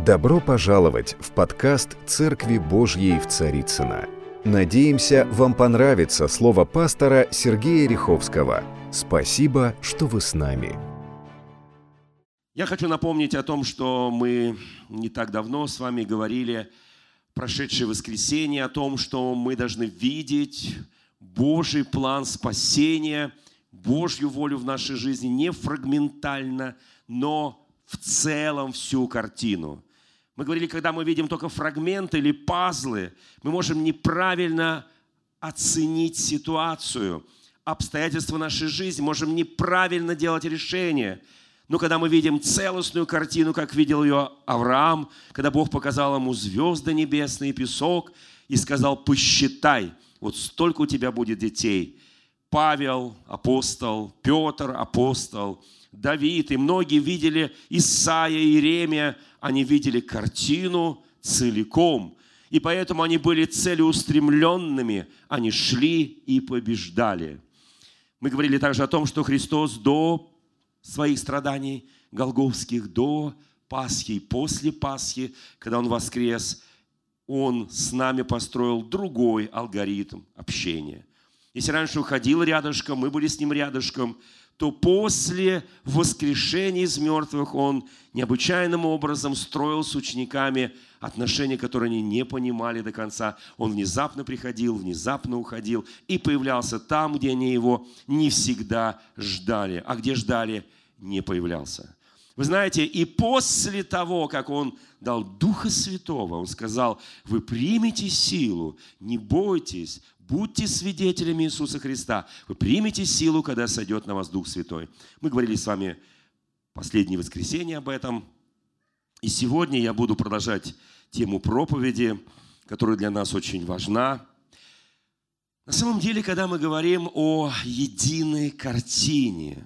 Добро пожаловать в подкаст «Церкви Божьей в Царицыно». Надеемся, вам понравится слово пастора Сергея Риховского. Спасибо, что вы с нами. Я хочу напомнить о том, что мы не так давно с вами говорили прошедшее воскресенье, о том, что мы должны видеть Божий план спасения, Божью волю в нашей жизни не фрагментально, но в целом всю картину. Мы говорили, когда мы видим только фрагменты или пазлы, мы можем неправильно оценить ситуацию, обстоятельства нашей жизни, можем неправильно делать решения. Но когда мы видим целостную картину, как видел ее Авраам, когда Бог показал ему звезды небесные, песок, и сказал: посчитай, вот столько у тебя будет детей. Павел, апостол, Петр, апостол, Давид, и многие видели Исаия, Иеремия, они видели картину целиком. И поэтому они были целеустремленными, они шли и побеждали. Мы говорили также о том, что Христос до своих страданий голгофских, до Пасхи и после Пасхи, когда Он воскрес, Он с нами построил другой алгоритм общения. Если раньше уходил рядышком, мы были с Ним рядышком, то после воскрешения из мертвых Он необычайным образом строил с учениками отношения, которые они не понимали до конца. Он внезапно приходил, внезапно уходил и появлялся там, где они Его не всегда ждали. А где ждали, не появлялся. Вы знаете, и после того, как Он дал Духа Святого, Он сказал: вы примете силу, не бойтесь, будьте свидетелями Иисуса Христа. Вы примете силу, когда сойдет на вас Дух Святой. Мы говорили с вами последнее воскресенье об этом. И сегодня я буду продолжать тему проповеди, которая для нас очень важна. На самом деле, когда мы говорим о единой картине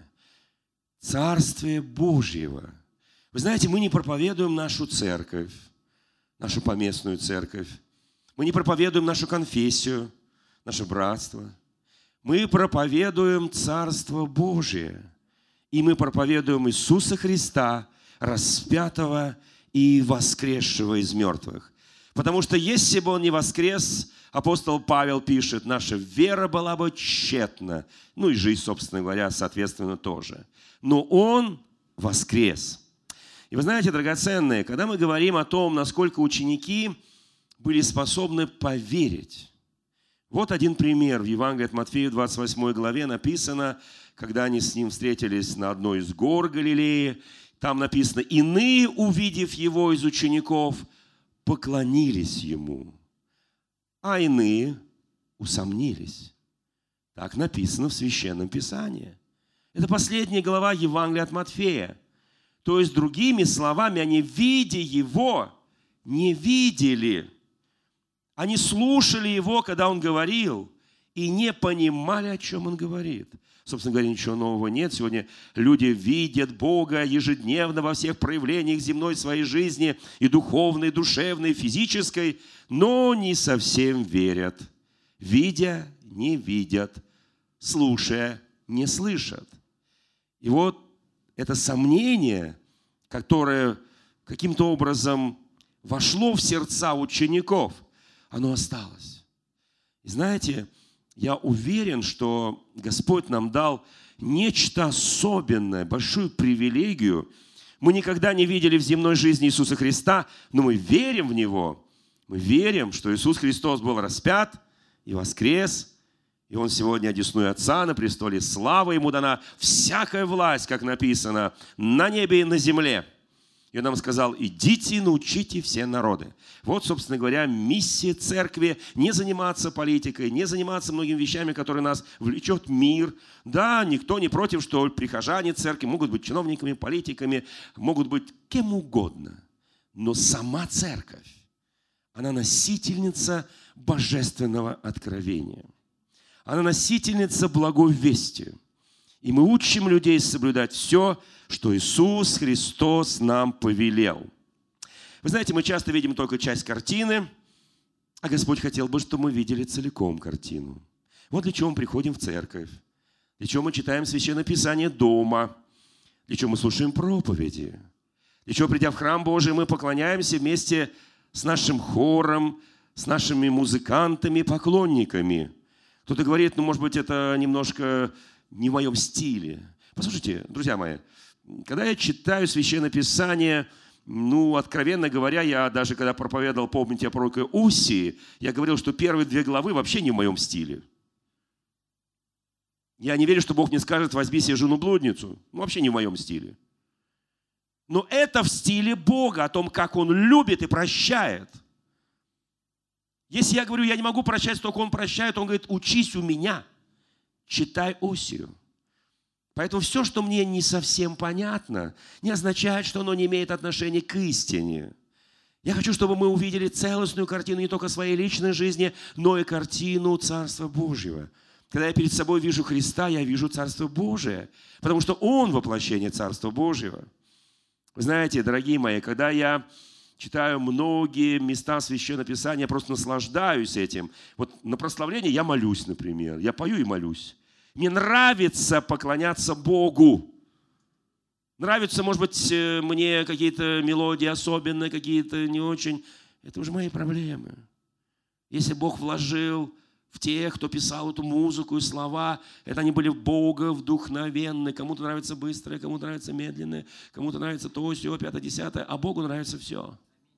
Царствия Божьего, вы знаете, мы не проповедуем нашу церковь, нашу поместную церковь. Мы не проповедуем нашу конфессию, наше братство. Мы проповедуем Царство Божие. И мы проповедуем Иисуса Христа, распятого и воскресшего из мертвых. Потому что если бы Он не воскрес, апостол Павел пишет, наша вера была бы тщетна. Ну и жизнь, собственно говоря, соответственно, тоже. Но Он воскрес. И вы знаете, драгоценные, когда мы говорим о том, насколько ученики были способны поверить. Вот один пример. В Евангелии от Матфея, 28 главе написано, когда они с Ним встретились на одной из гор Галилеи, там написано: иные, увидев Его из учеников, поклонились Ему, а иные усомнились. Так написано в Священном Писании. Это последняя глава Евангелия от Матфея. То есть, другими словами, они, видя Его, не видели. Они слушали Его, когда Он говорил, и не понимали, о чем Он говорит. Собственно говоря, ничего нового нет. Сегодня люди видят Бога ежедневно во всех проявлениях земной своей жизни, и духовной, и душевной, и физической, но не совсем верят. Видя, не видят, слушая, не слышат. И вот это сомнение, которое каким-то образом вошло в сердца учеников, оно осталось. И знаете, я уверен, что Господь нам дал нечто особенное, большую привилегию. Мы никогда не видели в земной жизни Иисуса Христа, но мы верим в Него. Мы верим, что Иисус Христос был распят и воскрес, и Он сегодня одесную Отца на престоле славы. Ему дана всякая власть, как написано, на небе и на земле. И Он нам сказал: идите и научите все народы. Вот, собственно говоря, миссия церкви – не заниматься политикой, не заниматься многими вещами, которые нас влечет мир. Да, никто не против, что прихожане церкви могут быть чиновниками, политиками, могут быть кем угодно. Но сама церковь, она носительница божественного откровения. Она носительница благой вести. И мы учим людей соблюдать все, что Иисус Христос нам повелел. Вы знаете, мы часто видим только часть картины, а Господь хотел бы, чтобы мы видели целиком картину. Вот для чего мы приходим в церковь, для чего мы читаем Священное Писание дома, для чего мы слушаем проповеди, для Еще придя в храм Божий, мы поклоняемся вместе с нашим хором, с нашими музыкантами, поклонниками. Кто-то говорит, ну, может быть, это немножко не в моем стиле. Послушайте, друзья мои, когда я читаю Священное Писание, ну, откровенно говоря, я даже когда проповедовал, помните, о пророке Усии, я говорил, что первые 2 главы вообще не в моем стиле. Я не верю, что Бог мне скажет, возьми себе жену-блудницу. Ну, вообще не в моем стиле. Но это в стиле Бога, о том, как Он любит и прощает. Если я говорю, я не могу прощать, только Он прощает, Он говорит, учись у меня, читай Усию. Поэтому все, что мне не совсем понятно, не означает, что оно не имеет отношения к истине. Я хочу, чтобы мы увидели целостную картину не только своей личной жизни, но и картину Царства Божьего. Когда я перед собой вижу Христа, я вижу Царство Божие, потому что Он воплощение Царства Божьего. Вы знаете, дорогие мои, когда я читаю многие места Священного Писания, я просто наслаждаюсь этим. Вот на прославление я молюсь, например. Я пою и молюсь. Мне нравится поклоняться Богу. Нравятся, может быть, мне какие-то мелодии особенные, какие-то не очень. Это уже мои проблемы. Если Бог вложил в тех, кто писал эту музыку и слова, это они были Бога вдохновенны. Кому-то нравится быстрое, кому-то нравится медленное, кому-то нравится то, сё, 5, 10, а Богу нравится все.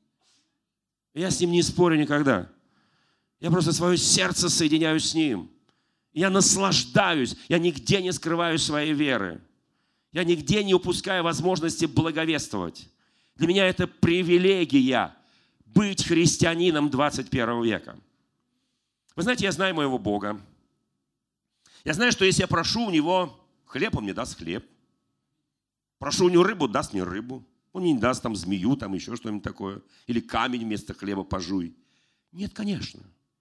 Я с Ним не спорю никогда. Я просто свое сердце соединяю с Ним. Я наслаждаюсь, я нигде не скрываю своей веры. Я нигде не упускаю возможности благовествовать. Для меня это привилегия быть христианином 21 века. Вы знаете, я знаю моего Бога. Я знаю, что если я прошу у Него хлеб, Он мне даст хлеб. Прошу у Него рыбу, даст мне рыбу. Он не даст там змею, там еще что-нибудь такое. Или камень вместо хлеба пожуй. Нет, конечно.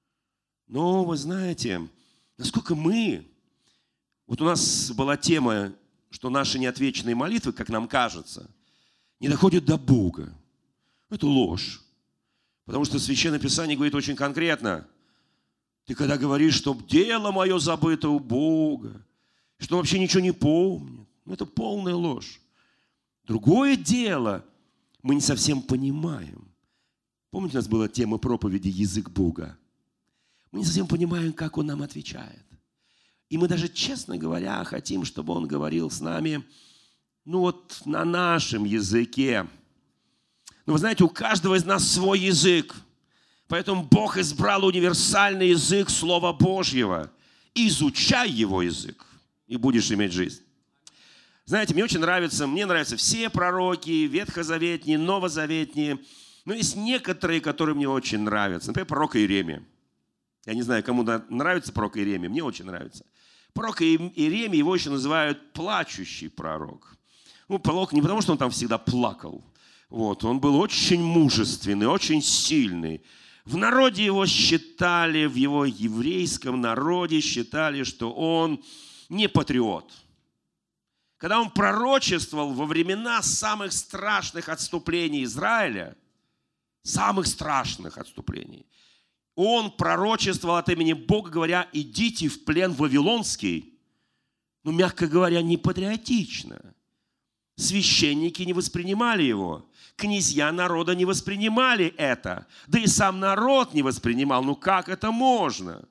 Но вы знаете, насколько мы... Вот у нас была тема, что наши неотвеченные молитвы, как нам кажется, не доходят до Бога. Это ложь. Потому что Священное Писание говорит очень конкретно. Ты когда говоришь, что дело мое забыто у Бога, что вообще ничего не помнит, ну, это полная ложь. Другое дело, мы не совсем понимаем. Помните, у нас была тема проповеди «Язык Бога». Мы не совсем понимаем, как Он нам отвечает. И мы даже, честно говоря, хотим, чтобы Он говорил с нами, ну вот на нашем языке. Но вы знаете, у каждого из нас свой язык. Поэтому Бог избрал универсальный язык Слова Божьего. Изучай его язык, и будешь иметь жизнь. Знаете, мне нравятся все пророки, ветхозаветные, новозаветные. Но есть некоторые, которые мне очень нравятся. Например, пророк Иеремия. Я не знаю, кому нравится пророк Иеремия, мне очень нравится. Пророк Иеремия, его еще называют плачущий пророк. Ну, пророк не потому, что он там всегда плакал. Вот, он был очень мужественный, очень сильный. В народе его считали, в его еврейском народе считали, что он не патриот. Когда он пророчествовал во времена самых страшных отступлений Израиля, самых страшных отступлений, он пророчествовал от имени Бога, говоря, идите в плен вавилонский, ну, мягко говоря, не патриотично. Священники не воспринимали его. Князья народа не воспринимали это. Да и сам народ не воспринимал. Ну как это можно?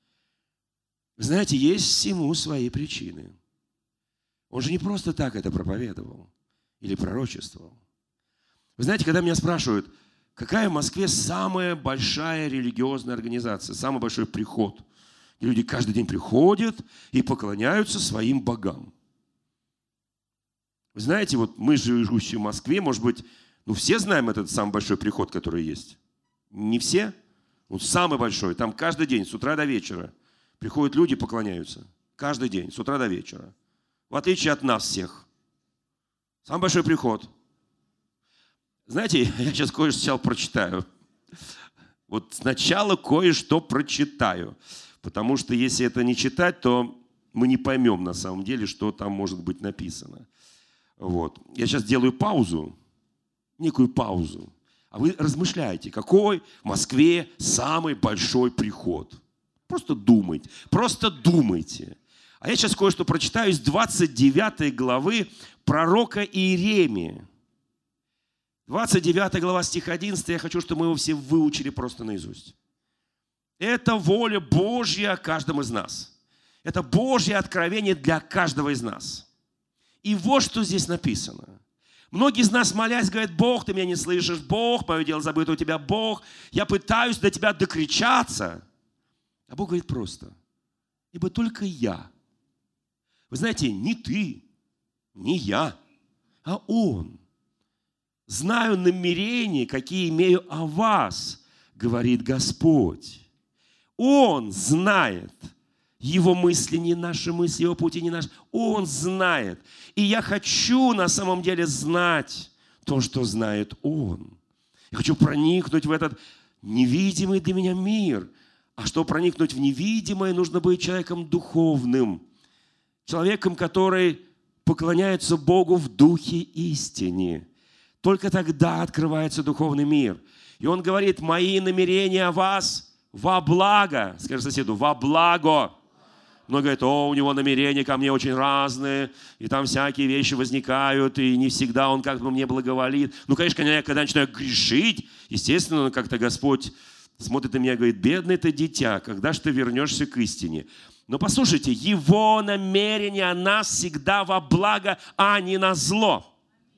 Вы знаете, есть всему свои причины. Он же не просто так это проповедовал или пророчествовал. Вы знаете, когда меня спрашивают, какая в Москве самая большая религиозная организация, самый большой приход, где люди каждый день приходят и поклоняются своим богам. Вы знаете, вот мы, живущие в Москве, может быть, ну все знаем этот самый большой приход, который есть. Не все, он самый большой. Там каждый день, с утра до вечера, приходят люди, поклоняются. Каждый день, с утра до вечера. В отличие от нас всех. Самый большой приход. Знаете, я сейчас кое-что сначала прочитаю. Вот сначала кое-что прочитаю. Потому что если это не читать, то мы не поймем на самом деле, что там может быть написано. Вот. Я сейчас делаю паузу, некую паузу. А вы размышляете, какой в Москве самый большой приход. Просто думайте, просто думайте. А я сейчас кое-что прочитаю из 29 главы пророка Иеремии. 29 глава, стих 11, я хочу, чтобы мы его все выучили просто наизусть. Это воля Божья о каждом из нас. Это Божье откровение для каждого из нас. И вот что здесь написано. Многие из нас, молясь, говорят: Бог, ты меня не слышишь, Бог, мое дело забыто у тебя, Бог. Я пытаюсь до тебя докричаться. А Бог говорит просто: ибо только я. Вы знаете, не ты, не я, а Он. Знаю намерения, какие имею о вас, говорит Господь. Он знает. Его мысли не наши мысли, Его пути не наши. Он знает. И я хочу на самом деле знать то, что знает Он. Я хочу проникнуть в этот невидимый для меня мир. А чтобы проникнуть в невидимое, нужно быть человеком духовным. Человеком, который поклоняется Богу в духе истине. Только тогда открывается духовный мир. И Он говорит: мои намерения о вас во благо. Скажи соседу: во благо. Многие говорят: о, у него намерения ко мне очень разные, и там всякие вещи возникают, и не всегда он как бы мне благоволит. Ну, конечно, когда я начинаю грешить, естественно, как-то Господь смотрит на меня и говорит: бедный ты дитя, когда же ты вернешься к истине? Но послушайте, Его намерения о нас всегда во благо, а не на зло.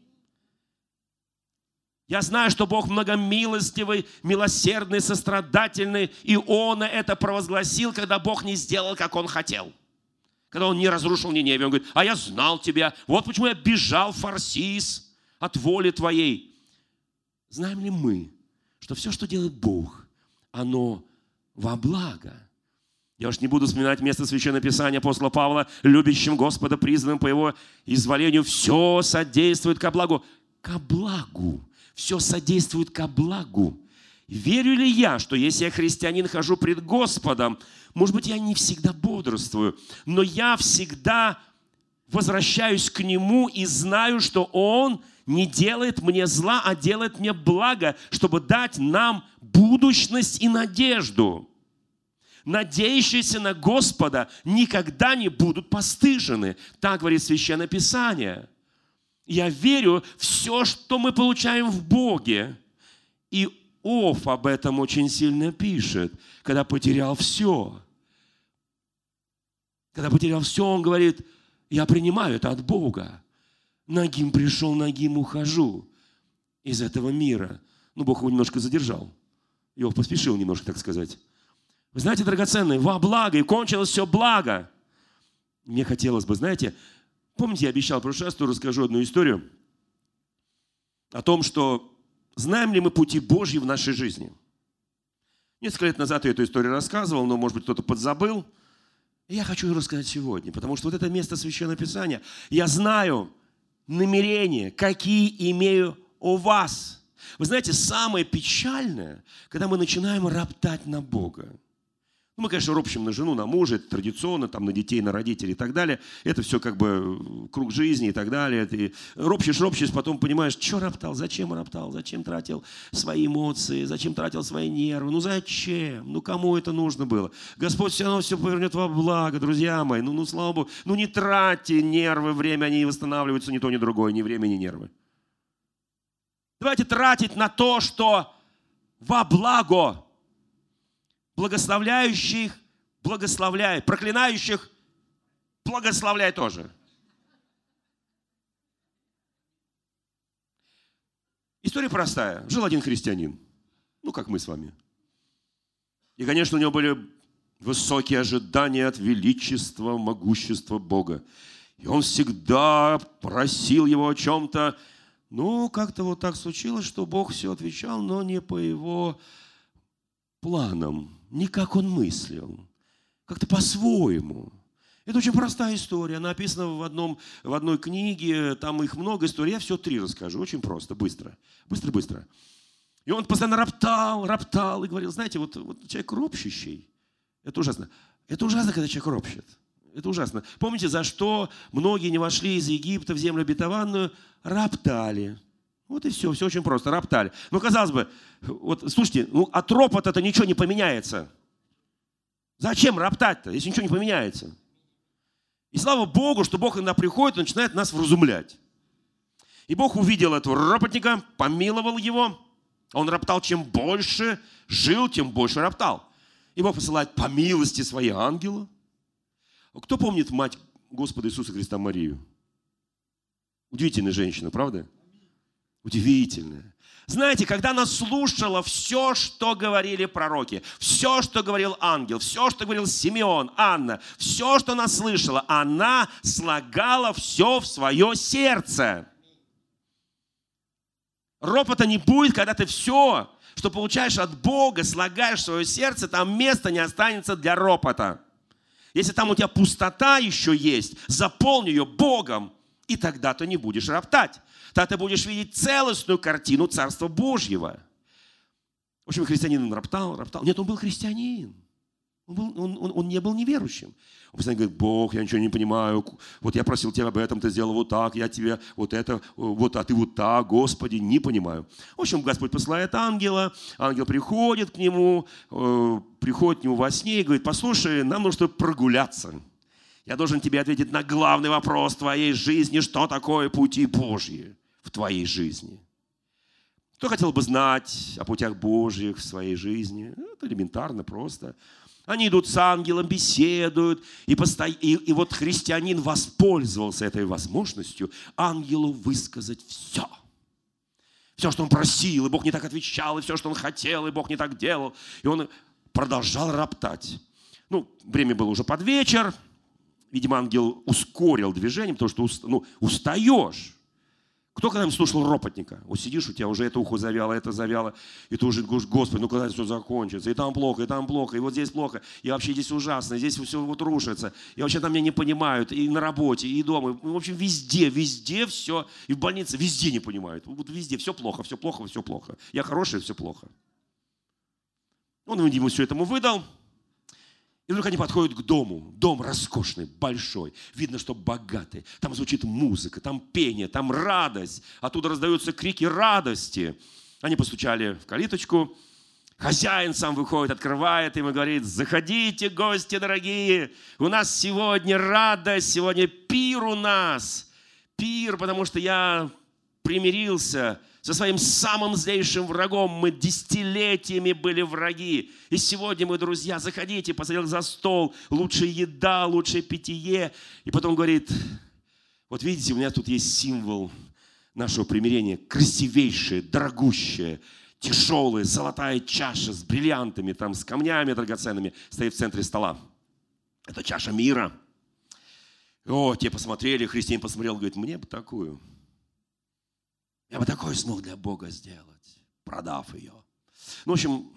Я знаю, что Бог многомилостивый, милосердный, сострадательный, и Он это провозгласил, когда Бог не сделал, как Он хотел. Когда Он не разрушил Ниневию. Он говорит: а я знал тебя, вот почему я бежал в Фарсис от воли твоей. Знаем ли мы, что все, что делает Бог, оно во благо? Я уж не буду вспоминать место Священного Писания апостола Павла: любящим Господа, призванным по Его изволению, все содействует ко благу. Ко благу. Все содействует ко благу. Верю ли я, что если я христианин, хожу пред Господом, может быть, я не всегда бодрствую, но я всегда возвращаюсь к Нему и знаю, что Он не делает мне зла, а делает мне благо, чтобы дать нам будущность и надежду. Надеющиеся на Господа никогда не будут постыжены. Так говорит Священное Писание. Я верю, все, что мы получаем в Боге. И Иов об этом очень сильно пишет, когда потерял все. Когда потерял все, он говорит: я принимаю это от Бога. Нагим пришел, нагим ухожу из этого мира. Ну, Бог его немножко задержал. Иов поспешил немножко, так сказать. Вы знаете, драгоценные, во благо, и кончилось все благо. Мне хотелось бы, знаете, помните, я обещал в прошлый раз, что расскажу одну историю о том, что знаем ли мы пути Божьи в нашей жизни. Несколько лет назад я эту историю рассказывал, но, может быть, кто-то подзабыл. И я хочу ее рассказать сегодня, потому что вот это место Священного Писания, я знаю намерения, какие имею о вас. Вы знаете, самое печальное, когда мы начинаем роптать на Бога. Мы, конечно, ропщим на жену, на мужа, это традиционно, там, на детей, на родителей и так далее. Это все как бы круг жизни и так далее. Ты ропщешь, потом понимаешь, что роптал, зачем тратил свои эмоции, зачем тратил свои нервы, ну зачем, ну кому это нужно было. Господь все равно все повернет во благо, друзья мои, ну слава Богу, ну не тратьте нервы, время, они восстанавливаются, ни то, ни другое, ни время, ни нервы. Давайте тратить на то, что во благо. Благословляющих благословляй, проклинающих благословляй тоже. История простая. Жил один христианин, ну, как мы с вами. И, конечно, у него были высокие ожидания от величества, могущества Бога. И он всегда просил его о чем-то. Ну, как-то вот так случилось, что Бог все отвечал, но не по его планам. Не как он мыслил, как-то по-своему. Это очень простая история, она описана в одной книге, там их много историй, я все 3 расскажу, очень просто, быстро. И он постоянно роптал и говорил: знаете, вот человек ропщущий, это ужасно. Это ужасно, когда человек ропщет. Это ужасно. Помните, за что многие не вошли из Египта в землю обетованную? Роптали. Вот и все очень просто, роптали. Ну, казалось бы, вот слушайте, от ропота-то ничего не поменяется. Зачем роптать-то, если ничего не поменяется? И слава Богу, что Бог иногда приходит и начинает нас вразумлять. И Бог увидел этого ропотника, помиловал его. Он роптал, чем больше жил, тем больше роптал. И Бог посылает по милости своей ангела. Кто помнит мать Господа Иисуса Христа Марию? Удивительная женщина, правда? Удивительная. Знаете, когда она слушала все, что говорили пророки, все, что говорил ангел, все, что говорил Симеон, Анна, все, что она слышала, она слагала все в свое сердце. Ропота не будет, когда ты все, что получаешь от Бога, слагаешь в свое сердце, там места не останется для ропота. Если там у тебя пустота еще есть, заполни ее Богом, и тогда ты не будешь роптать. Тогда ты будешь видеть целостную картину Царства Божьего. В общем, христианин роптал. Нет, он был христианин. Он не был неверующим. Он постоянно говорит: Бог, я ничего не понимаю. Вот я просил тебя об этом, ты сделал вот так, я тебе вот это, вот, а ты вот так, Господи, не понимаю. В общем, Господь посылает ангела, ангел приходит к нему во сне и говорит: послушай, нам нужно прогуляться. Я должен тебе ответить на главный вопрос твоей жизни, что такое пути Божьи в твоей жизни. Кто хотел бы знать о путях Божьих в своей жизни? Это элементарно просто. Они идут с ангелом, беседуют, и вот христианин воспользовался этой возможностью ангелу высказать все. Все, что он просил, и Бог не так отвечал, и все, что он хотел, и Бог не так делал. И он продолжал роптать. Время было уже под вечер. Видимо, ангел ускорил движение, потому что устаешь. Кто когда-нибудь слушал ропотника? Вот сидишь, у тебя уже это ухо завяло, это завяло, и ты уже говоришь: Господи, когда это все закончится? И там плохо, и вот здесь плохо, и вообще здесь ужасно, и здесь все вот рушится, и вообще там меня не понимают, и на работе, и дома, в общем, везде все, и в больнице везде не понимают. Вот везде все плохо, все плохо, все плохо. Я хороший, все плохо. Он ему все этому выдал. И вдруг они подходят к дому. Дом роскошный, большой. Видно, что богатый. Там звучит музыка, там пение, там радость. Оттуда раздаются крики радости. Они постучали в калиточку. Хозяин сам выходит, открывает им и говорит: заходите, гости дорогие. У нас сегодня радость, сегодня пир у нас. Пир, потому что я примирился со своим самым злейшим врагом. Мы десятилетиями были враги. И сегодня мы, друзья, заходите, посадил за стол. Лучшая еда, лучшее питье. И потом говорит: вот видите, у меня тут есть символ нашего примирения. Красивейшее, дорогущее, тяжелая, золотая чаша с бриллиантами, там, с камнями драгоценными, стоит в центре стола. Это чаша мира. Те посмотрели, христианин посмотрел, говорит: мне бы такую. Я бы такое смог для Бога сделать, продав ее. В общем,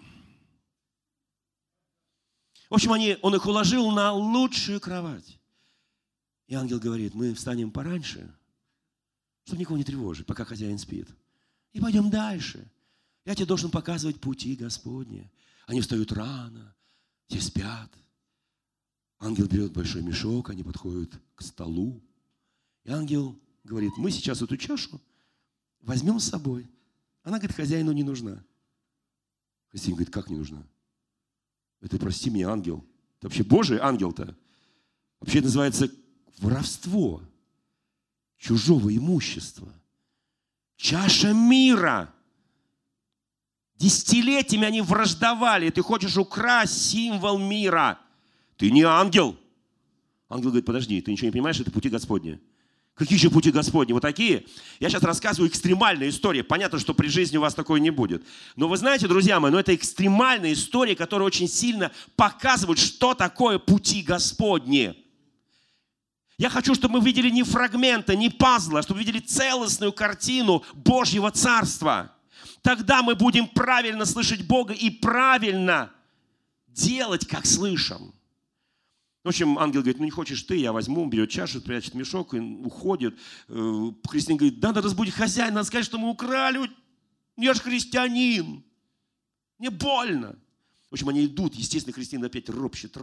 он их уложил на лучшую кровать. И ангел говорит: мы встанем пораньше, чтобы никого не тревожить, пока хозяин спит. И пойдем дальше. Я тебе должен показывать пути Господни. Они встают рано, все спят. Ангел берет большой мешок, они подходят к столу. И ангел говорит: мы сейчас эту чашу возьмем с собой. Она говорит: хозяину не нужна. Хозяин говорит: как не нужна? Это, прости меня, ангел. Это вообще Божий ангел-то. Вообще это называется воровство чужого имущества. Чаша мира. Десятилетиями они враждовали. Ты хочешь украсть символ мира. Ты не ангел. Ангел говорит: подожди, ты ничего не понимаешь, это пути Господни. Какие же пути Господни? Вот такие. Я сейчас рассказываю экстремальные истории. Понятно, что при жизни у вас такой не будет. Но вы знаете, друзья мои, это экстремальные истории, которые очень сильно показывают, что такое пути Господни. Я хочу, чтобы мы видели не фрагменты, не пазлы, а чтобы видели целостную картину Божьего Царства. Тогда мы будем правильно слышать Бога и правильно делать, как слышим. В общем, ангел говорит: не хочешь ты, я возьму, берет чашу, прячет мешок и уходит. Христианин говорит: надо разбудить хозяина, надо сказать, что мы украли. Я же христианин. Мне больно. В общем, они идут, естественно, христианин опять ропщет.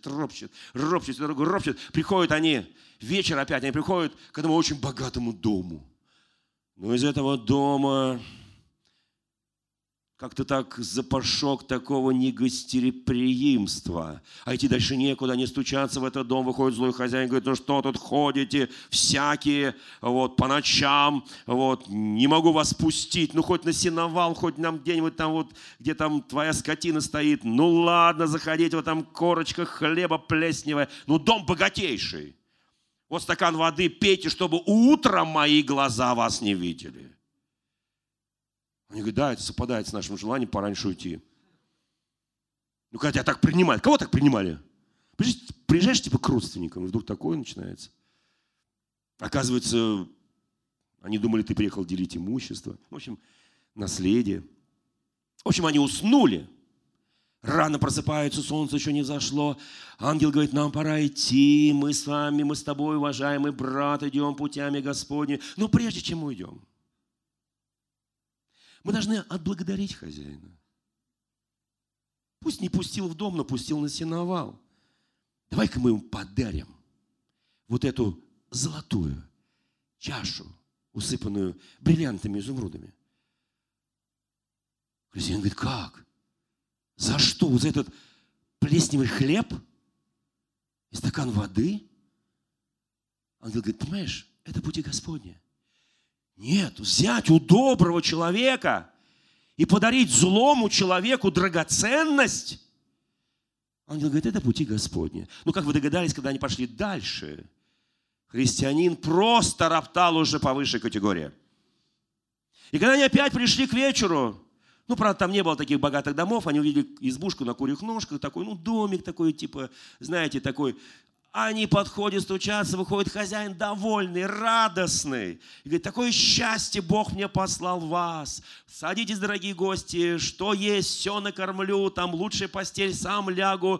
Приходят они, вечер опять, они приходят к этому очень богатому дому. Но из этого дома как-то так запашок такого негостеприимства. А идти дальше некуда, не стучаться в этот дом. Выходит злой хозяин, говорит, ну что тут ходите всякие, вот, по ночам, вот, не могу вас пустить, ну хоть на сеновал, хоть нам где-нибудь там вот, где там твоя скотина стоит. Ну ладно, заходите, вот там корочка хлеба плесневая. Ну дом богатейший. Вот стакан воды пейте, чтобы утром мои глаза вас не видели. Они говорят, да, это совпадает с нашим желанием пораньше уйти. Ну, когда тебя так принимают. Кого так принимали? Приезжаешь типа к родственникам, и вдруг такое начинается. Оказывается, они думали, ты приехал делить имущество. В общем, наследие. В общем, они уснули. Рано просыпаются, солнце еще не взошло. Ангел говорит, нам пора идти, мы с вами, мы с тобой, уважаемый брат, идем путями Господни. Но прежде чем мы уйдем, мы должны отблагодарить хозяина. Пусть не пустил в дом, но пустил на сеновал. Давай-ка мы ему подарим вот эту золотую чашу, усыпанную бриллиантами и изумрудами. Христиан говорит, как? За что? За этот плесневый хлеб и стакан воды? Ангел говорит, понимаешь, это пути Господни. Нет, взять у доброго человека и подарить злому человеку драгоценность. Ангел говорит, это пути Господни. Ну, как вы догадались, когда они пошли дальше, христианин просто роптал уже по высшей категории. И когда они опять пришли к вечеру, ну, правда, там не было таких богатых домов, они увидели избушку на курьих ножках, такой, ну, домик такой, типа, знаете, такой. Они подходят, стучатся, выходит хозяин довольный, радостный. И говорит, такое счастье Бог мне послал вас. Садитесь, дорогие гости, что есть, все накормлю, там лучшая постель, сам лягу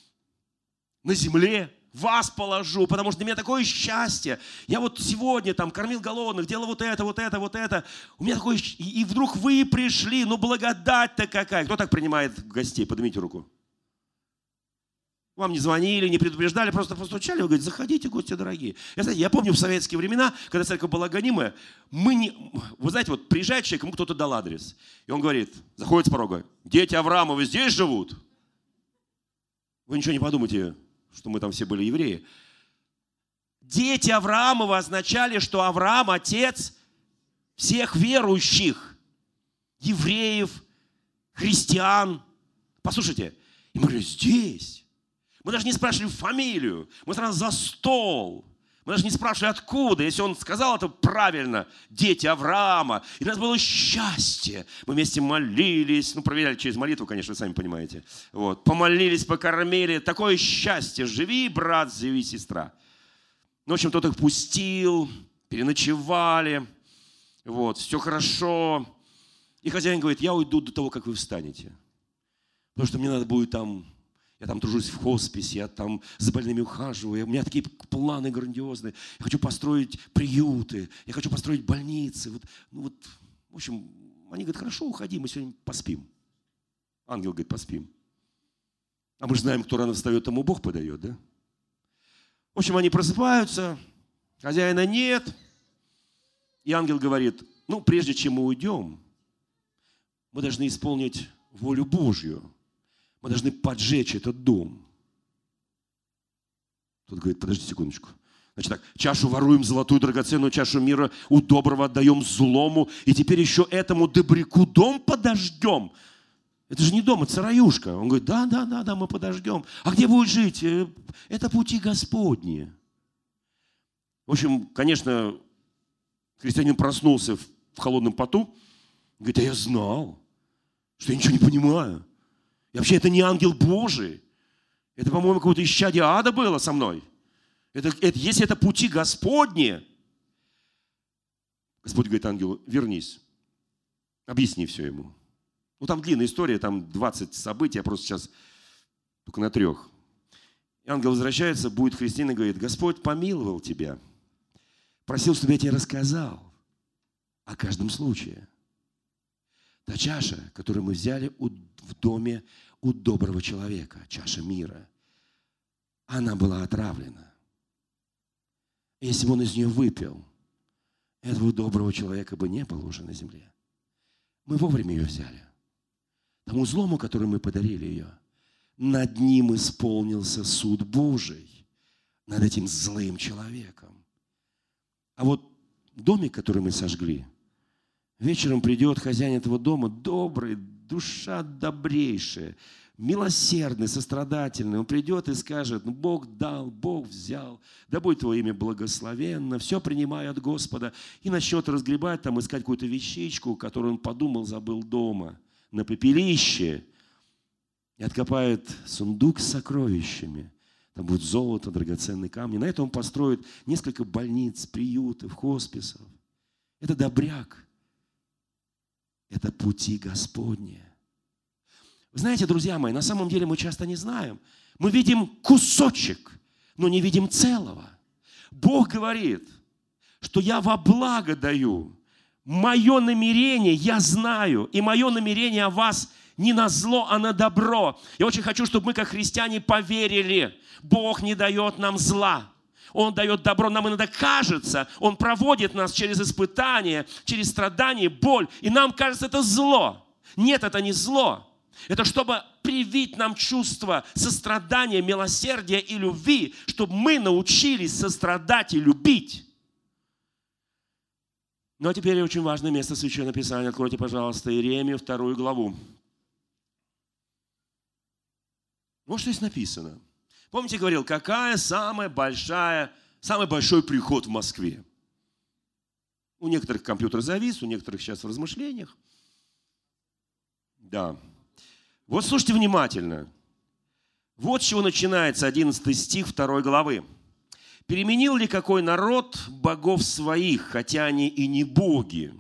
на земле, вас положу, потому что для меня такое счастье. Я вот сегодня там кормил голодных, делал вот это. У меня такое, и вдруг вы пришли, ну благодать-то какая. Кто так принимает гостей? Поднимите руку. Вам не звонили, не предупреждали, просто постучали, вы говорите, заходите, гости дорогие. Я помню в советские времена, когда церковь была гонимая, вы знаете, вот приезжает человек, ему кто-то дал адрес, и он говорит, заходит с порога, дети Авраамовы здесь живут? Вы ничего не подумайте, что мы там все были евреи. Дети Авраамова означали, что Авраам – отец всех верующих, евреев, христиан. Послушайте, и мы говорим, здесь. Мы даже не спрашивали фамилию, мы сразу за стол. Мы даже не спрашивали, откуда. Если он сказал это правильно, дети Авраама. И у нас было счастье. Мы вместе молились, проверяли через молитву, конечно, вы сами понимаете. Вот. Помолились, покормили. Такое счастье. Живи, брат, живи, сестра. Ну, в общем, тот их пустил, переночевали. Вот, все хорошо. И хозяин говорит, я уйду до того, как вы встанете. Потому что мне надо будет там... Я там тружусь в хосписе, я там за больными ухаживаю, у меня такие планы грандиозные. Я хочу построить приюты, я хочу построить больницы. В общем, они говорят, хорошо, уходи, мы сегодня поспим. Ангел говорит, поспим. А мы же знаем, кто рано встает, тому Бог подает, да? В общем, они просыпаются, хозяина нет. И ангел говорит, прежде чем мы уйдем, мы должны исполнить волю Божью. Мы должны поджечь этот дом. Тот говорит, подожди секундочку. Значит так, чашу воруем, золотую драгоценную чашу мира у доброго отдаем злому, и теперь еще этому добряку дом подождем. Это же не дом, это сыроюшка. Он говорит, да, мы подождем. А где будет жить? Это пути Господни. В общем, конечно, христианин проснулся в холодном поту. Говорит, а я знал, что я ничего не понимаю. И вообще это не ангел Божий. Это, по-моему, какое-то исчадие ада было со мной. Если это пути Господни. Господь говорит ангелу, вернись. Объясни все ему. Там длинная история, там 20 событий, я просто сейчас только на 3. И ангел возвращается, будет христианин и говорит, Господь помиловал тебя. Просил, чтобы я тебе рассказал о каждом случае. Та чаша, которую мы взяли в доме у доброго человека, чаша мира, она была отравлена. Если бы он из нее выпил, этого доброго человека бы не было уже на земле. Мы вовремя ее взяли. тому злому, который мы подарили ее, над ним исполнился суд Божий, над этим злым человеком. А вот домик, который мы сожгли, вечером придет хозяин этого дома, добрый, душа добрейшая, милосердный, сострадательный. Он придет и скажет: Бог дал, Бог взял, да будет Твое имя благословенно, все принимай от Господа. И начнет разгребать, там, искать какую-то вещичку, которую он подумал, забыл дома, на пепелище. И откопает сундук с сокровищами. Там будет золото, драгоценные камни. На это он построит несколько больниц, приютов, хосписов. Это добряк. Это пути Господни. Вы знаете, друзья мои, на самом деле мы часто не знаем. Мы видим кусочек, но не видим целого. Бог говорит, что я во благо даю. Мое намерение я знаю, и мое намерение о вас не на зло, а на добро. Я очень хочу, чтобы мы, как христиане, поверили. Бог не дает нам зла. Он дает добро. Нам иногда кажется, Он проводит нас через испытания, через страдания, боль. И нам кажется, это зло. Нет, это не зло. Это чтобы привить нам чувство сострадания, милосердия и любви, чтобы мы научились сострадать и любить. Ну а теперь очень важное место Священного Писания. Откройте, пожалуйста, Иеремию, 2 главу. Вот что здесь написано. Помните, говорил, какая самый большой приход в Москве? У некоторых компьютер завис, у некоторых сейчас в размышлениях. Да. Вот слушайте внимательно. Вот с чего начинается 11 стих 2 главы. «Переменил ли какой народ богов своих, хотя они и не боги?»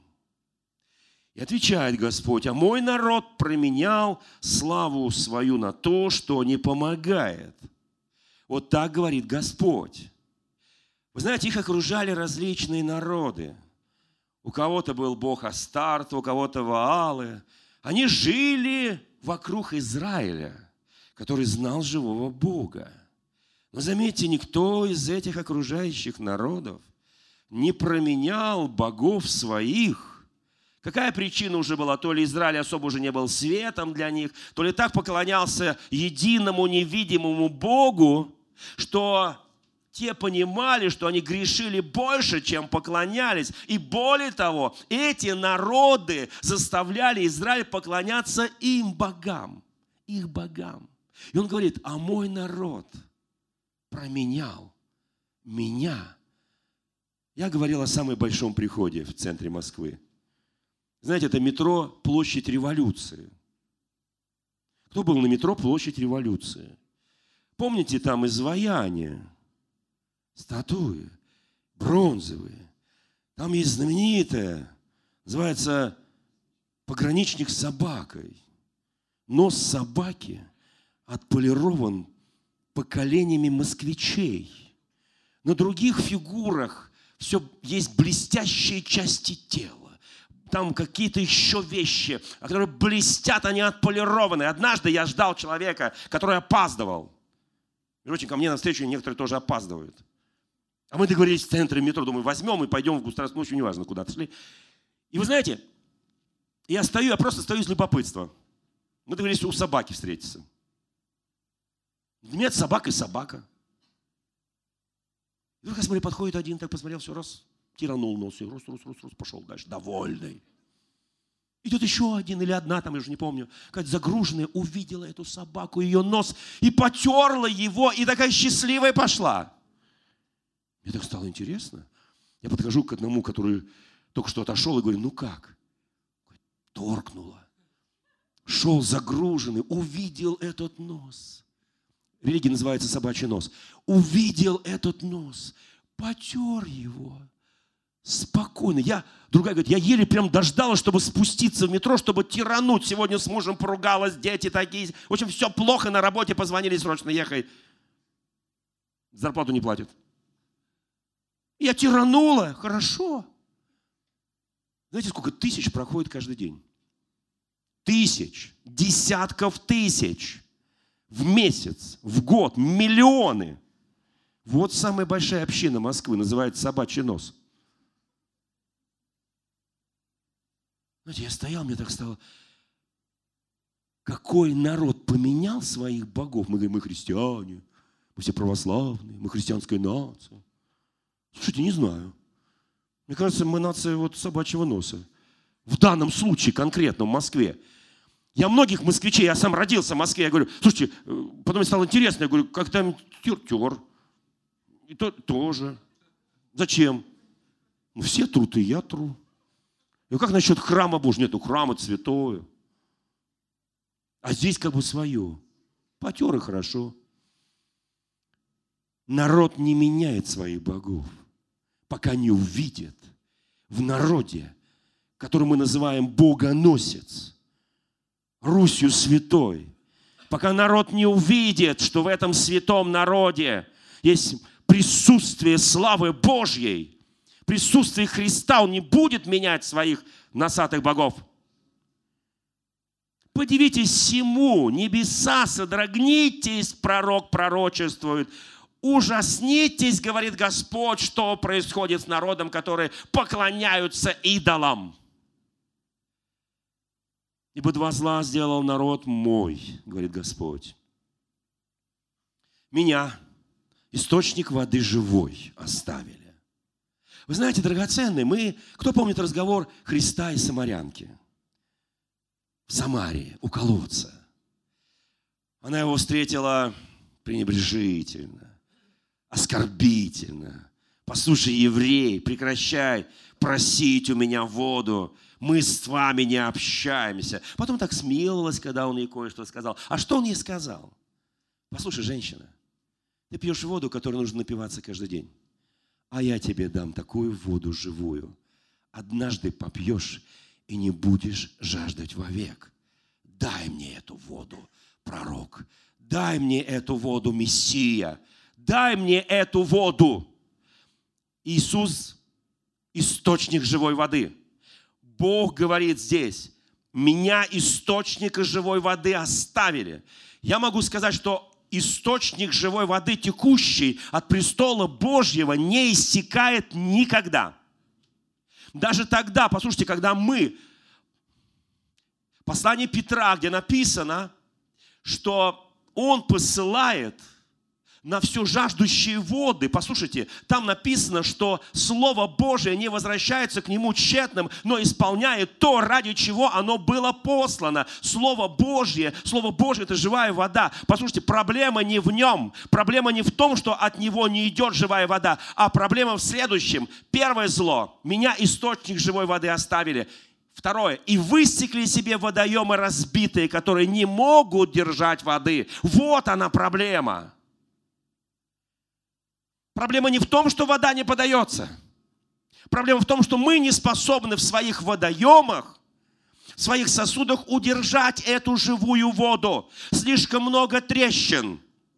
И отвечает Господь: «А мой народ променял славу свою на то, что не помогает». Вот так говорит Господь. Вы знаете, их окружали различные народы. У кого-то был бог Астарт, у кого-то Ваалы. Они жили вокруг Израиля, который знал живого Бога. Но заметьте, никто из этих окружающих народов не променял богов своих. Какая причина уже была? То ли Израиль особо уже не был светом для них, то ли так поклонялся единому невидимому Богу, что те понимали, что они грешили больше, чем поклонялись. И более того, эти народы заставляли Израиль поклоняться им богам, их богам. И он говорит: а мой народ променял меня. Я говорил о самом большом приходе в центре Москвы. Знаете, это метро Площадь Революции. Кто был на метро Площадь Революции? Помните, там изваяния, статуи, бронзовые. Там есть знаменитая, называется «Пограничник с собакой». Нос собаки отполирован поколениями москвичей. На других фигурах все есть блестящие части тела. Там какие-то еще вещи, которые блестят, они отполированы. Однажды я ждал человека, который опаздывал. Между прочим, ко мне навстречу некоторые тоже опаздывают. А мы договорились в центре метро, думаю, возьмем и пойдем в государственную, ночью, неважно, куда-то шли. И вы знаете, я просто стою из любопытства. Мы договорились у собаки встретиться. Для меня это собака и собака. И вдруг я смотрю, подходит один, так посмотрел, все раз, тиранул нос, и рус, пошел дальше, довольный. Идет еще один или одна, там я уже не помню, какая-то загруженная, увидела эту собаку, ее нос, и потерла его, и такая счастливая пошла. Мне так стало интересно. Я подхожу к одному, который только что отошел, и говорю: ну как? Торкнула. Шел загруженный, увидел этот нос. Религия называется собачий нос. Увидел этот нос, потер его. Спокойно. Другая говорит, я еле прям дождалась, чтобы спуститься в метро, чтобы тирануть. Сегодня с мужем поругалась, дети такие. В общем, все плохо, на работе позвонили, срочно ехай. Зарплату не платят. Я тиранула, хорошо. Знаете, сколько тысяч проходит каждый день? Тысяч, десятков тысяч в месяц, в год, миллионы. Вот самая большая община Москвы, называется «Собачий нос». Знаете, я стоял, мне так стало... какой народ поменял своих богов. Мы говорим, мы христиане, мы все православные, мы христианская нация. Слушайте, не знаю. Мне кажется, мы нация вот собачьего носа. В данном случае конкретно в Москве. Я многих москвичей, я сам родился в Москве, я говорю, слушайте, потом мне стало интересно, я говорю, как там тер. И то тоже. Зачем? Ну, все трут, и я тру. И как насчет храма Божьего? Нету, храма святое. А здесь как бы свое. Потер и хорошо. Народ не меняет своих богов, пока не увидит в народе, который мы называем богоносец, Русью святой, пока народ не увидит, что в этом святом народе есть присутствие славы Божьей, присутствие Христа, он не будет менять своих носатых богов. Подивитесь всему, небеса содрогнитесь, пророк пророчествует. Ужаснитесь, говорит Господь, что происходит с народом, которые поклоняются идолам. Ибо два зла сделал народ мой, говорит Господь. Меня, источник воды живой, оставили. Вы знаете, драгоценные, кто помнит разговор Христа и самарянки? В Самарии, у колодца. Она его встретила пренебрежительно, оскорбительно. Послушай, еврей, прекращай просить у меня воду. Мы с вами не общаемся. Потом так смиловалась, когда он ей кое-что сказал. А что он ей сказал? Послушай, женщина, ты пьешь воду, которой нужно напиваться каждый день. А я тебе дам такую воду живую. Однажды попьешь и не будешь жаждать вовек. Дай мне эту воду, пророк. Дай мне эту воду, Мессия. Дай мне эту воду. Иисус – источник живой воды. Бог говорит здесь, меня источника живой воды оставили. Я могу сказать, что источник живой воды, текущий от престола Божьего, не иссякает никогда. Даже тогда, послушайте, когда послание Петра, где написано, что он посылает на все жаждущие воды. Послушайте, там написано, что Слово Божие не возвращается к нему тщетным, но исполняет то, ради чего оно было послано. Слово Божье – это живая вода. Послушайте, проблема не в нем. Проблема не в том, что от него не идет живая вода, а проблема в следующем. Первое зло – меня источник живой воды оставили. Второе. И высекли себе водоемы разбитые, которые не могут держать воды. Вот она проблема. Проблема не в том, что вода не подается. Проблема в том, что мы не способны в своих водоемах, в своих сосудах удержать эту живую воду. Слишком много трещин.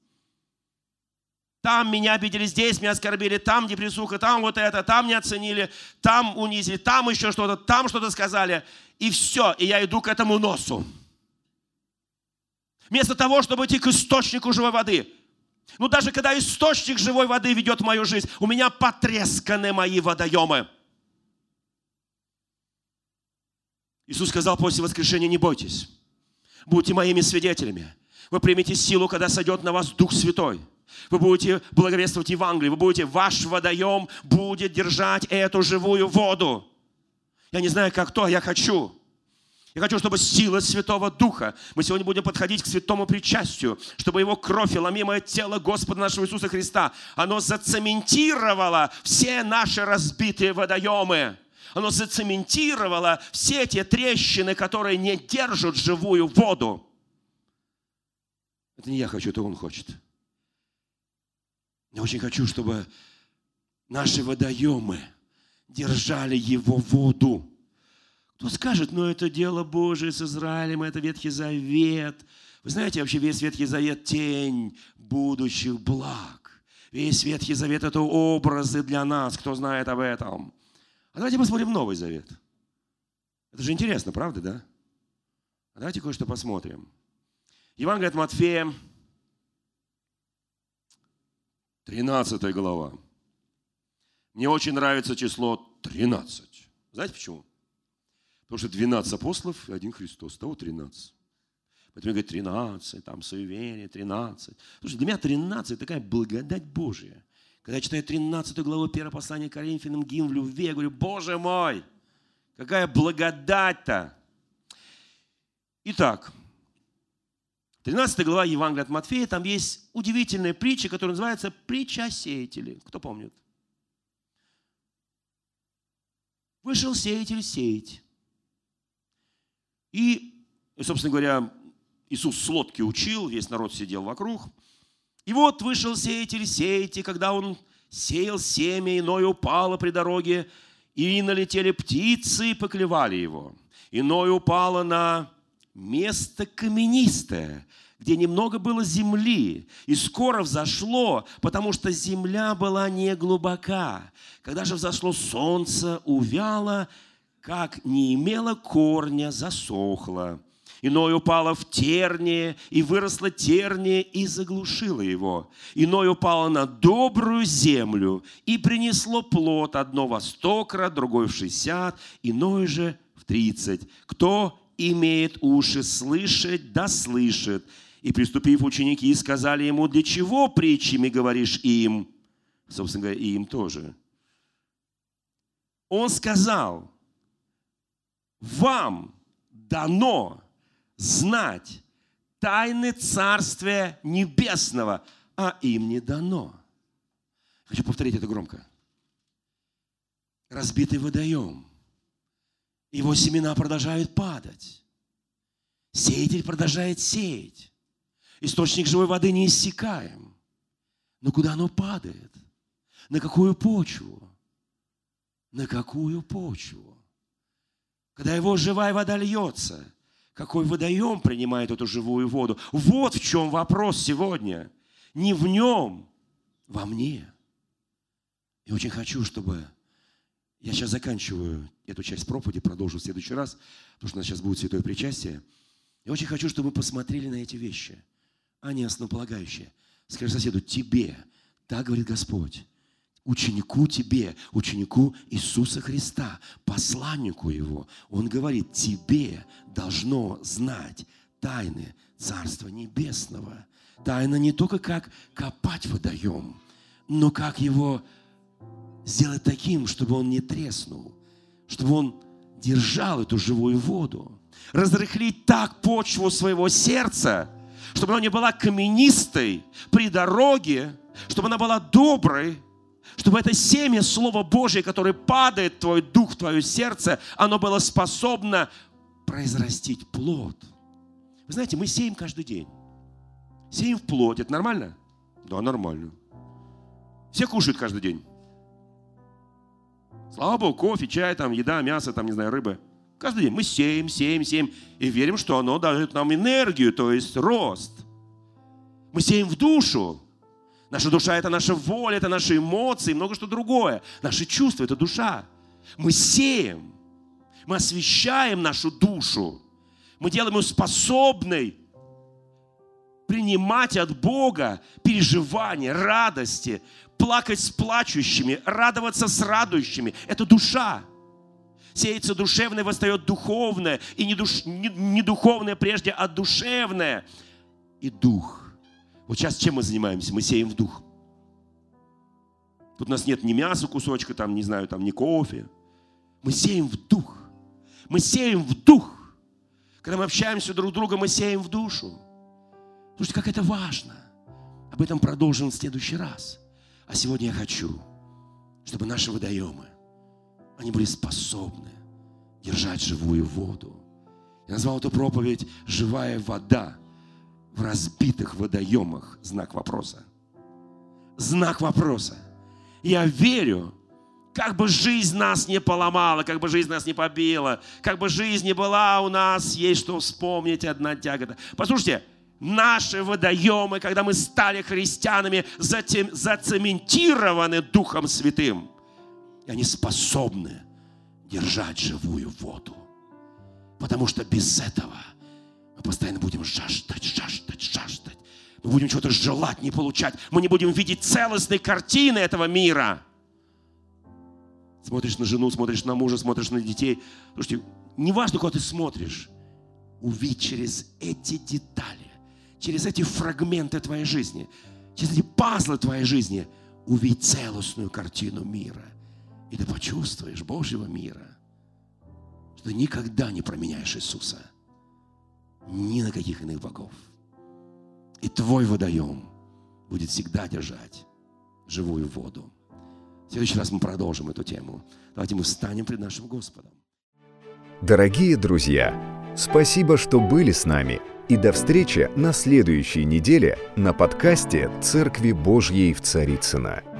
Там меня обидели, здесь меня оскорбили, там депрессуха, там вот это, там не оценили, там унизили, там еще что-то, там что-то сказали. И все, и я иду к этому носу. Вместо того, чтобы идти к источнику живой воды. Но даже когда источник живой воды ведет в мою жизнь, у меня потресканы мои водоемы. Иисус сказал после воскрешения: не бойтесь, будьте моими свидетелями. Вы примете силу, когда сойдет на вас Дух Святой. Вы будете благовествовать Евангелие, ваш водоем будет держать эту живую воду. Я не знаю, как то, а я хочу. Я хочу, чтобы сила Святого Духа, мы сегодня будем подходить к святому причастию, чтобы Его кровь и ломимое тело Господа нашего Иисуса Христа, оно зацементировало все наши разбитые водоемы. Оно зацементировало все те трещины, которые не держат живую воду. Это не я хочу, это Он хочет. Я очень хочу, чтобы наши водоемы держали Его воду. Кто скажет, это дело Божие с Израилем, это Ветхий Завет. Вы знаете, вообще весь Ветхий Завет – тень будущих благ. Весь Ветхий Завет – это образы для нас, кто знает об этом. А давайте посмотрим Новый Завет. Это же интересно, правда, да? А давайте кое-что посмотрим. Евангелие от Матфея, 13 глава. Мне очень нравится число 13. Знаете почему? Потому что 12 апостолов и один Христос. Того 13. Поэтому говорят 13, там суеверие, 13. Слушай, для меня 13 такая благодать Божья. Когда я читаю 13 главу 1 послания Коринфянам, гимн в любви, я говорю, Боже мой, какая благодать-то! Итак, 13 глава Евангелия от Матфея, там есть удивительная притча, которая называется «Притча о сеятеле». Кто помнит? Вышел сеятель сеять. И, собственно говоря, Иисус с лодки учил, весь народ сидел вокруг. И вот вышел сеятель сеять, и когда он сеял семя, иное упало при дороге, и налетели птицы и поклевали его. Иное упало на место каменистое, где немного было земли, и скоро взошло, потому что земля была не глубока. Когда же взошло солнце, увяло, как не имело корня, засохло. Иное упало в терние, и выросло терние, и заглушило его. Иное упало на добрую землю, и принесло плод, одно во 100 крат, другой в 60, иное же в 30. Кто имеет уши слышать, да слышит. И, приступив ученики, сказали ему, для чего притчами говоришь им? Собственно говоря, и им тоже. Он сказал, вам дано знать тайны Царствия Небесного, а им не дано. Хочу повторить это громко. Разбитый водоем. Его семена продолжают падать. Сеятель продолжает сеять. Источник живой воды не иссякаем. Но куда оно падает? На какую почву? На какую почву? Когда его живая вода льется, какой водоем принимает эту живую воду? Вот в чем вопрос сегодня. Не в нем, во мне. И очень хочу, чтобы... Я сейчас заканчиваю эту часть проповеди, продолжу в следующий раз, потому что у нас сейчас будет святое причастие. Я очень хочу, чтобы мы посмотрели на эти вещи. Они основополагающие. Скажи соседу, тебе, так говорит Господь, ученику тебе, ученику Иисуса Христа, посланнику Его. Он говорит, тебе должно знать тайны Царства Небесного. Тайна не только как копать водоем, но как его сделать таким, чтобы он не треснул, чтобы он держал эту живую воду. Разрыхлить так почву своего сердца, чтобы она не была каменистой при дороге, чтобы она была доброй, чтобы это семя Слова Божие, которое падает в твой дух, в твое сердце, оно было способно произрастить плод. Вы знаете, мы сеем каждый день. Сеем в плоть. Это нормально? Да, нормально. Все кушают каждый день. Слава Богу, кофе, чай, там, еда, мясо, там, не знаю, рыба. Каждый день мы сеем и верим, что оно дает нам энергию, то есть рост. Мы сеем в душу. Наша душа – это наша воля, это наши эмоции, много что другое. Наши чувства – это душа. Мы сеем, мы освещаем нашу душу. Мы делаем ее способной принимать от Бога переживания, радости, плакать с плачущими, радоваться с радующими. Это душа. Сеется душевное, восстает духовное. И не духовное прежде, а душевное. И дух. Вот сейчас чем мы занимаемся? Мы сеем в дух. Тут у нас нет ни мяса кусочка, там, не знаю, там, ни кофе. Мы сеем в дух. Мы сеем в дух. Когда мы общаемся друг с другом, мы сеем в душу. Слушайте, как это важно. Об этом продолжим в следующий раз. А сегодня я хочу, чтобы наши водоемы, они были способны держать живую воду. Я назвал эту проповедь «Живая вода в разбитых водоемах». Знак вопроса. Знак вопроса. Я верю, как бы жизнь нас не поломала, как бы жизнь нас не побила, как бы жизнь не была, у нас есть что вспомнить, одна тягота. Послушайте, наши водоемы, когда мы стали христианами, затем зацементированы Духом Святым. И они способны держать живую воду. Потому что без этого мы постоянно будем жаждать. Мы будем чего-то желать, не получать. Мы не будем видеть целостной картины этого мира. Смотришь на жену, смотришь на мужа, смотришь на детей. Слушайте, не важно, куда ты смотришь. увидеть через эти детали, через эти фрагменты твоей жизни, через эти пазлы твоей жизни, увидеть целостную картину мира. И ты почувствуешь Божьего мира, что ты никогда не променяешь Иисуса ни на каких иных богов. И твой водоем будет всегда держать живую воду. В следующий раз мы продолжим эту тему. Давайте мы встанем пред нашим Господом. Дорогие друзья, спасибо, что были с нами. И до встречи на следующей неделе на подкасте «Церкви Божьей в Царицыно».